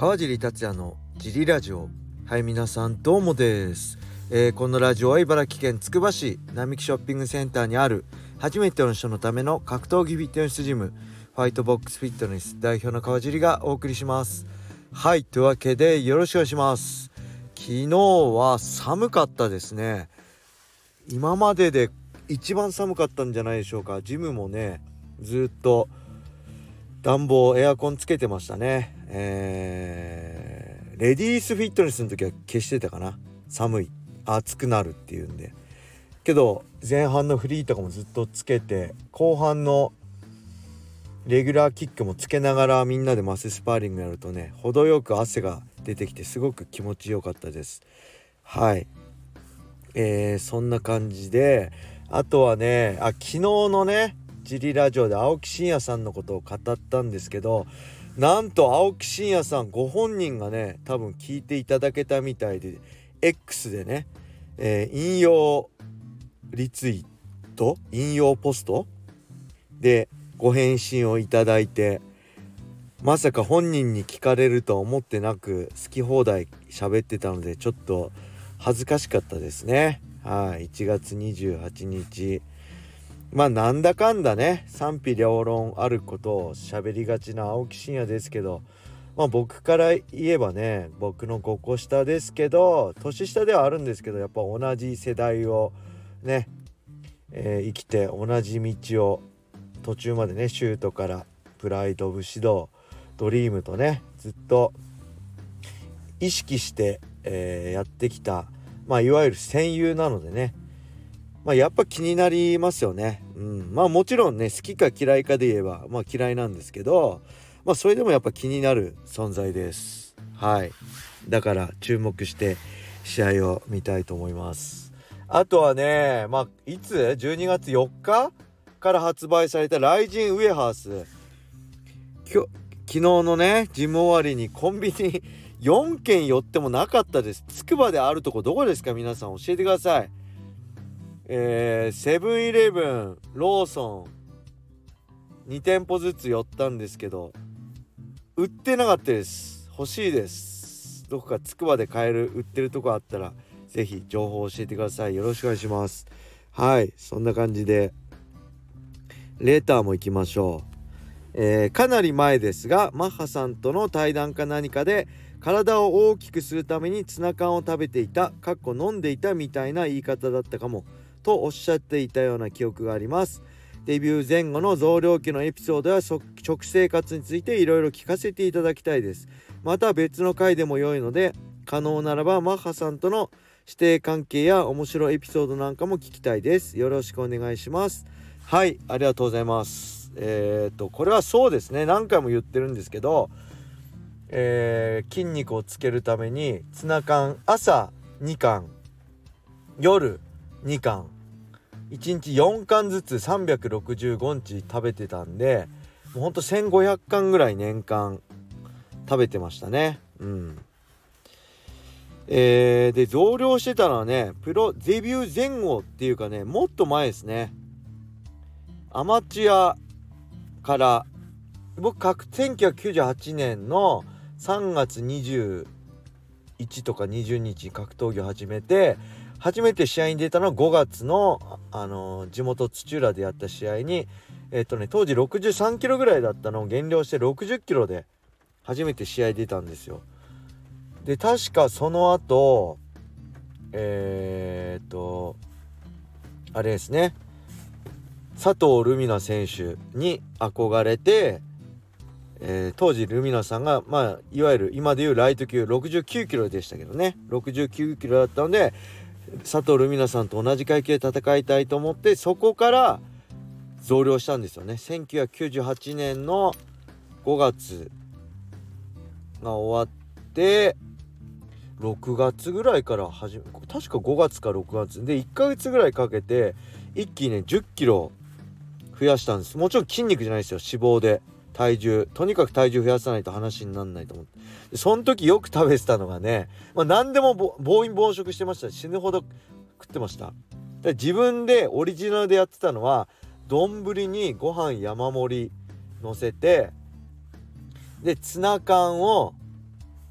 川尻達也のジリラジオ。はい、皆さんどうもです。このラジオは茨城県つくば市並木ショッピングセンターにある初めての人のための格闘技フィットネスジム、ファイトボックスフィットネス代表の川尻がお送りします。はい、というわけでよろしくお願いします。昨日は寒かったですね。今までで一番寒かったんじゃないでしょうか。ジムもね、ずっと暖房エアコンつけてましたね。レディースフィットネスの時は消してたかな。寒い、暑くなるっていうんで。けど前半のフリーとかもずっとつけて、後半のレギュラーキックもつけながらみんなでマススパーリングやるとね、程よく汗が出てきてすごく気持ちよかったです。はい、そんな感じで、あとはね、昨日のねジリラジオで青木真也さんのことを語ったんですけど、なんと青木真也さんご本人がね多分聞いていただけたみたいで、 X でね、引用リツイート、引用ポストでご返信をいただいて、まさか本人に聞かれるとは思ってなく好き放題喋ってたので、ちょっと恥ずかしかったですね。はい、1月28日、なんだかんだね賛否両論あることを喋りがちな青木真也ですけど、僕から言えばね、僕の5個下ですけど、年下ではあるんですけど、やっぱ同じ世代をね、生きて同じ道を途中までね、シュートからプライド、武士道、ドリームとねずっと意識して、やってきた、いわゆる戦友なのでね、やっぱ気になりますよね。もちろんね、好きか嫌いかで言えば嫌いなんですけど、それでもやっぱ気になる存在です。はい、だから注目して試合を見たいと思います。あとはね、いつ12月4日から発売されたライジンウェハース、昨日のねジム終わりにコンビニ4軒寄ってもなかったです。つくばであるとこどこですか、皆さん教えてください。セブンイレブン、ローソン2店舗ずつ寄ったんですけど売ってなかったです。欲しいです。どこかつくばで買える売ってるとこあったらぜひ情報教えてください。よろしくお願いします。はい、そんな感じでレーターも行きましょう。かなり前ですが、マッハさんとの対談か何かで体を大きくするためにツナ缶を食べていた飲んでいたみたいな言い方だったかもとおっしゃっていたような記憶があります。デビュー前後の増量期のエピソードや食生活についていろいろ聞かせていただきたいです。また別の回でも良いので、可能ならばマッハさんとの師弟関係や面白いエピソードなんかも聞きたいです。よろしくお願いします。はい、ありがとうございます。これはそうですね、何回も言ってるんですけど、筋肉をつけるためにツナ缶朝2缶、夜2缶、1日4缶ずつ365日食べてたんで、もうほんと1500缶ぐらい年間食べてましたね。で増量してたのはね、プロデビュー前後っていうかね、もっと前ですね。アマチュアから僕1998年の3月21とか20日に格闘技を始めて、初めて試合に出たのは5月の、地元土浦でやった試合に当時63キロぐらいだったのを減量して60キロで初めて試合出たんですよ。で確かその後あれですね、佐藤ルミナ選手に憧れて、当時ルミナさんがいわゆる今でいうライト級69キロでしたけどね、69キロだったので佐藤ルミナさんと同じ階級で戦いたいと思って、そこから増量したんですよね。1998年の5月が終わって6月ぐらいから確か5月か6月で1ヶ月ぐらいかけて一気にね10キロ増やしたんです。もちろん筋肉じゃないですよ、脂肪で体重、とにかく体重増やさないと話にならないと思って、でその時よく食べてたのがね、何でも暴飲暴食してました。死ぬほど食ってました。で自分でオリジナルでやってたのは、丼にご飯山盛り乗せて、でツナ缶を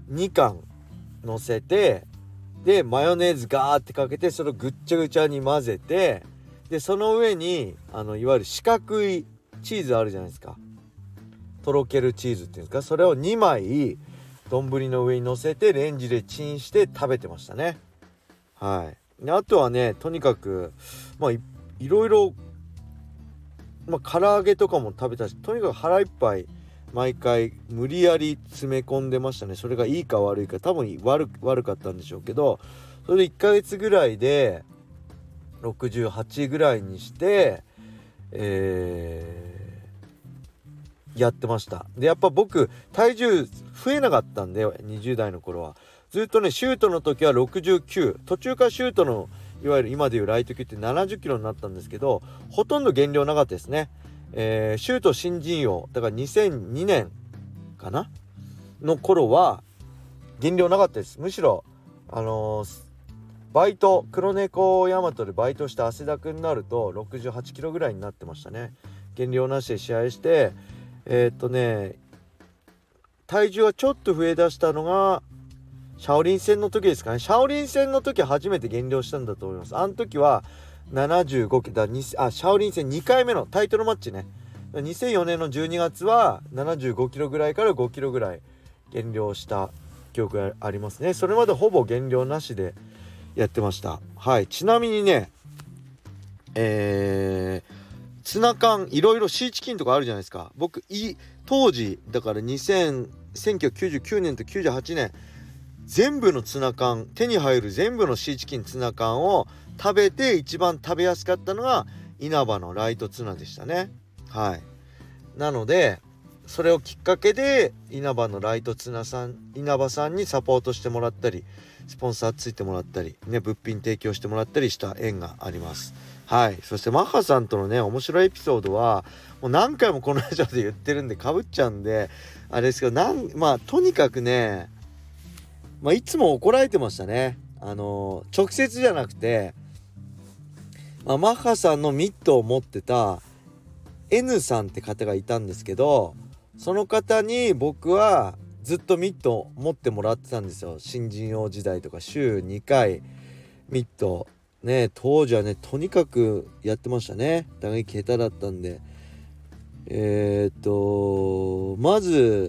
2貫乗せて、でマヨネーズガーってかけて、それをぐっちゃぐちゃに混ぜて、でその上にいわゆる四角いチーズあるじゃないですか、とろけるチーズっていうんですか、それを2枚丼の上に乗せてレンジでチンして食べてましたね。はい。であとはね、とにかくいろいろ、唐揚げとかも食べたし、とにかく腹いっぱい毎回無理やり詰め込んでましたね。それがいいか悪いか、多分悪かったんでしょうけど、それで1ヶ月ぐらいで68ぐらいにして、やってました。でやっぱ僕体重増えなかったんで、20代の頃はずっとね、シュートの時は69、途中からシュートのいわゆる今でいうライト級って70キロになったんですけど、ほとんど減量なかったですね。シュート新人王だから2002年かなの頃は減量なかったです。むしろバイト、黒猫ヤマトでバイトした汗だくになると68キロぐらいになってましたね。減量なしで試合して、体重はちょっと増えだしたのがシャオリン戦の時ですかね。シャオリン戦の時初めて減量したんだと思います。あの時は75キロシャオリン戦2回目のタイトルマッチね、2004年の12月は75キロぐらいから5キロぐらい減量した記憶がありますね。それまでほぼ減量なしでやってました。はい。ちなみにね、ツナ缶いろいろシーチキンとかあるじゃないですか。僕当時だから1999年と98年全部のツナ缶、手に入る全部のシーチキンツナ缶を食べて一番食べやすかったのが稲葉のライトツナでしたね。はい。なのでそれをきっかけで稲葉のライトツナさん、稲葉さんにサポートしてもらったり、スポンサーついてもらったりね、物品提供してもらったりした縁があります。はい。そしてマッハさんとのね面白いエピソードはもう何回もこのラジオで言ってるんで被っちゃうんであれですけど、とにかくね、いつも怒られてましたね。直接じゃなくて、マッハさんのミットを持ってた N さんって方がいたんですけど、その方に僕はずっとミットを持ってもらってたんですよ。新人王時代とか週2回ミットね、当時はねとにかくやってましたね。打撃下手だったんで、まず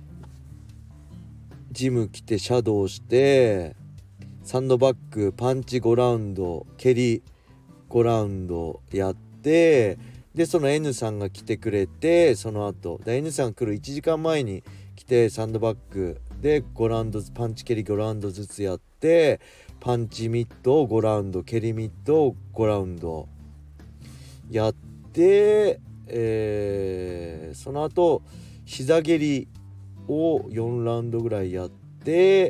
ジム来てシャドウしてサンドバッグパンチ5ラウンド蹴り5ラウンドやって、でその N さんが来てくれて、その後で N さん来る1時間前に来てサンドバッグで5ラウンドパンチ蹴り5ラウンドずつやって、パンチミットを5ラウンド蹴りミットを5ラウンドやって、その後膝蹴りを4ラウンドぐらいやって、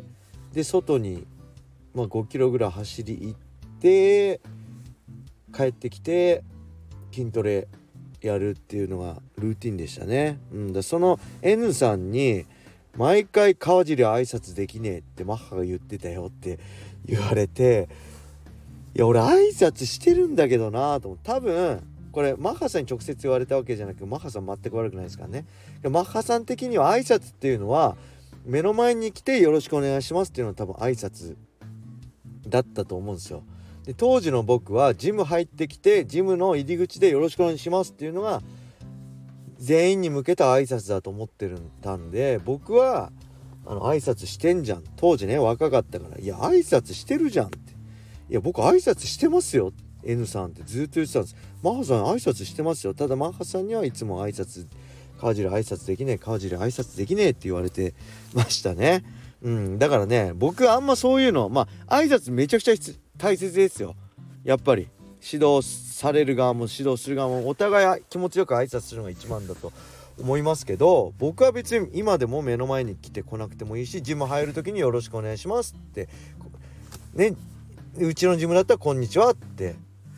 で外に、5キロぐらい走り行って帰ってきて筋トレやるっていうのがルーティンでしたね。その N さんに毎回川尻挨拶できねえってマッハが言ってたよって言われて、いや俺挨拶してるんだけどなと思って、多分これマッハさんに直接言われたわけじゃなく、マッハさん全く悪くないですからね。マッハさん的には挨拶っていうのは目の前に来てよろしくお願いしますっていうのは多分挨拶だったと思うんですよ。で当時の僕はジム入ってきてジムの入り口でよろしくお願いしますっていうのが全員に向けた挨拶だと思ってたんで、僕は挨拶してんじゃん、当時ね若かったから、いや挨拶してるじゃんって、いや僕挨拶してますよ N さんってずっと言ってたんです。マッハさん挨拶してますよ、ただマッハさんにはいつも挨拶川尻挨拶できねえ川尻挨拶できねえって言われてましたね。だからね僕あんまそういうの挨拶めちゃくちゃ大切ですよ。やっぱり指導される側も指導する側もお互い気持ちよく挨拶するのが一番だと思いますけど、僕は別に今でも目の前に来てこなくてもいいし、ジム入る時によろしくお願いしますってね、うちのジムだったらこんにちはって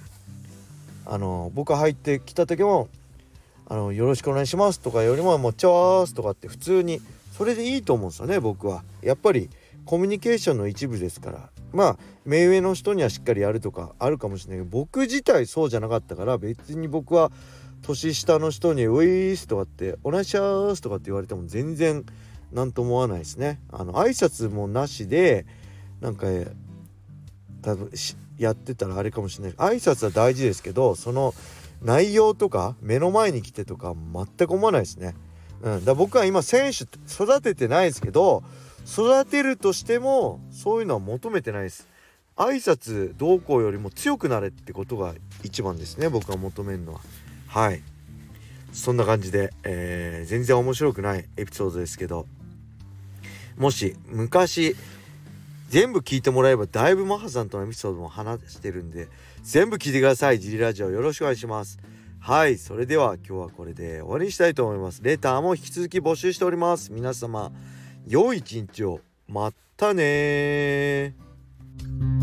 僕入ってきた時もよろしくお願いしますとかよりもチャースとかって普通にそれでいいと思うんですよね。僕はやっぱりコミュニケーションの一部ですから、目上の人にはしっかりやるとかあるかもしれないけど、僕自体そうじゃなかったから、別に僕は年下の人にウィースとかってお願いしますとかって言われても全然なんとも思わないですね。挨拶もなしでなんか多分やってたらあれかもしれない。挨拶は大事ですけど、その内容とか目の前に来てとか全く思わないですね。だ僕は今選手育ててないですけど、育てるとしてもそういうのは求めてないです。挨拶どうこうよりも強くなれってことが一番ですね、僕が求めるのは。はい、そんな感じで、全然面白くないエピソードですけど、もし昔全部聞いてもらえばだいぶマハさんとのエピソードも話してるんで、全部聞いてください。ジリラジオよろしくお願いします。はい、それでは今日はこれで終わりにしたいと思います。レターも引き続き募集しております。皆様良い一日を。またね。